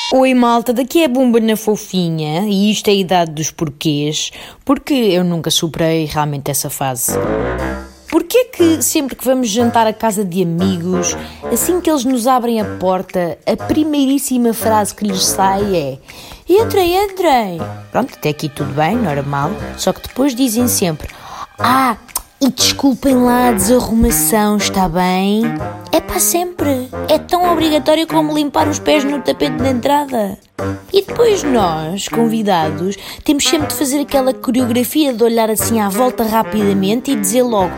Oi malta, daqui é a Bumba na Fofinha e isto é a idade dos porquês, porque eu nunca superei realmente essa fase. Porquê que sempre que vamos jantar à casa de amigos, assim que eles nos abrem a porta, a primeiríssima frase que lhes sai é entrem. Pronto, até aqui tudo bem, normal, só que depois dizem sempre e desculpem lá a desarrumação, está bem? É para sempre. É tão obrigatório como limpar os pés no tapete de entrada. E depois nós, convidados, temos sempre de fazer aquela coreografia de olhar assim à volta rapidamente e dizer logo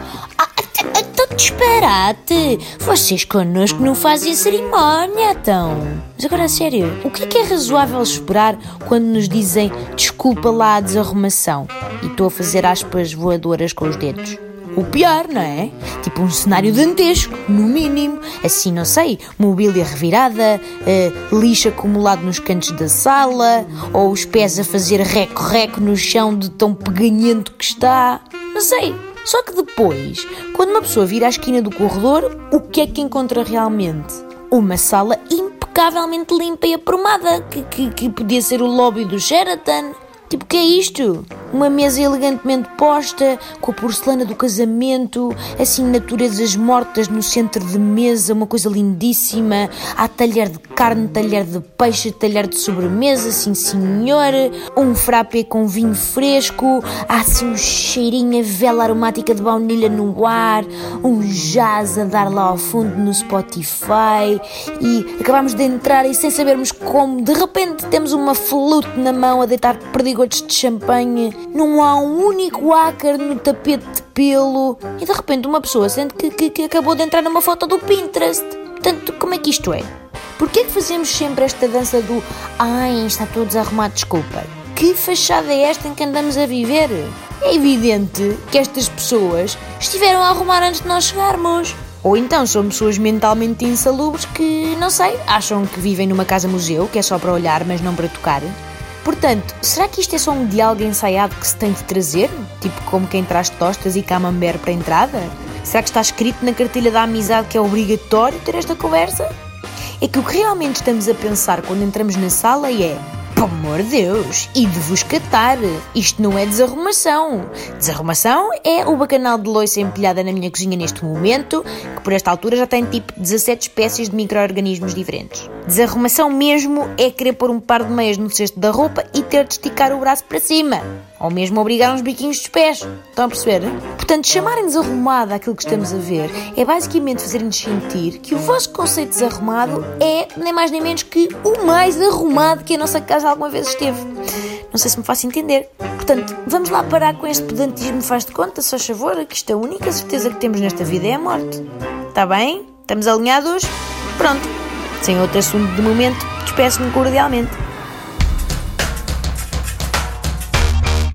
então disparate, vocês connosco não fazem cerimónia, então. Mas agora a sério, o que é razoável esperar quando nos dizem desculpa lá a desarrumação? E estou a fazer aspas voadoras com os dedos. O pior, não é? Tipo um cenário dantesco, no mínimo. Assim, não sei, mobília revirada, lixo acumulado nos cantos da sala, ou os pés a fazer reco-reco no chão de tão peganhento que está. Não sei. Só que depois, quando uma pessoa vira à esquina do corredor, o que é que encontra realmente? Uma sala impecavelmente limpa e aprumada, que podia ser o lobby do Sheraton. Tipo, o que é isto? Uma mesa elegantemente posta, com a porcelana do casamento, assim naturezas mortas no centro de mesa, uma coisa lindíssima. Há talher de carne, talher de peixe, talher de sobremesa, sim senhor. Um frappé com vinho fresco, há assim um cheirinho a vela aromática de baunilha no ar, um jazz a dar lá ao fundo no Spotify. E acabamos de entrar e sem sabermos como, de repente temos uma flute na mão a deitar perdigotes de champanhe. Não há um único ácaro no tapete de pelo e de repente uma pessoa sente que acabou de entrar numa foto do Pinterest. Portanto, como é que isto é? Porquê que fazemos sempre esta dança do está todo desarrumado, desculpa? Que fachada é esta em que andamos a viver? É evidente que estas pessoas estiveram a arrumar antes de nós chegarmos. Ou então são pessoas mentalmente insalubres que, não sei, acham que vivem numa casa-museu, que é só para olhar, mas não para tocar. Portanto, será que isto é só um diálogo ensaiado que se tem de trazer? Tipo como quem traz tostas e camembert para a entrada? Será que está escrito na cartilha da amizade que é obrigatório ter esta conversa? É que o que realmente estamos a pensar quando entramos na sala é pelo amor de Deus, e de vos catar, isto não é desarrumação. Desarrumação é o bacanal de louça empilhada na minha cozinha neste momento, que por esta altura já tem tipo 17 espécies de micro-organismos diferentes. Desarrumação mesmo é querer pôr um par de meias no cesto da roupa e ter de esticar o braço para cima. Ou mesmo obrigar uns biquinhos dos pés. Estão a perceber? Portanto, chamarem desarrumado aquilo que estamos a ver é basicamente fazerem-nos sentir que o vosso conceito de desarrumado é nem mais nem menos que o mais arrumado que a nossa casa alguma vez esteve. Não sei se me faço entender. Portanto, vamos lá parar com este pedantismo, faz de conta, só favor, que isto é a única certeza que temos nesta vida é a morte. Está bem? Estamos alinhados? Pronto. Sem outro assunto de momento, despeço-me cordialmente.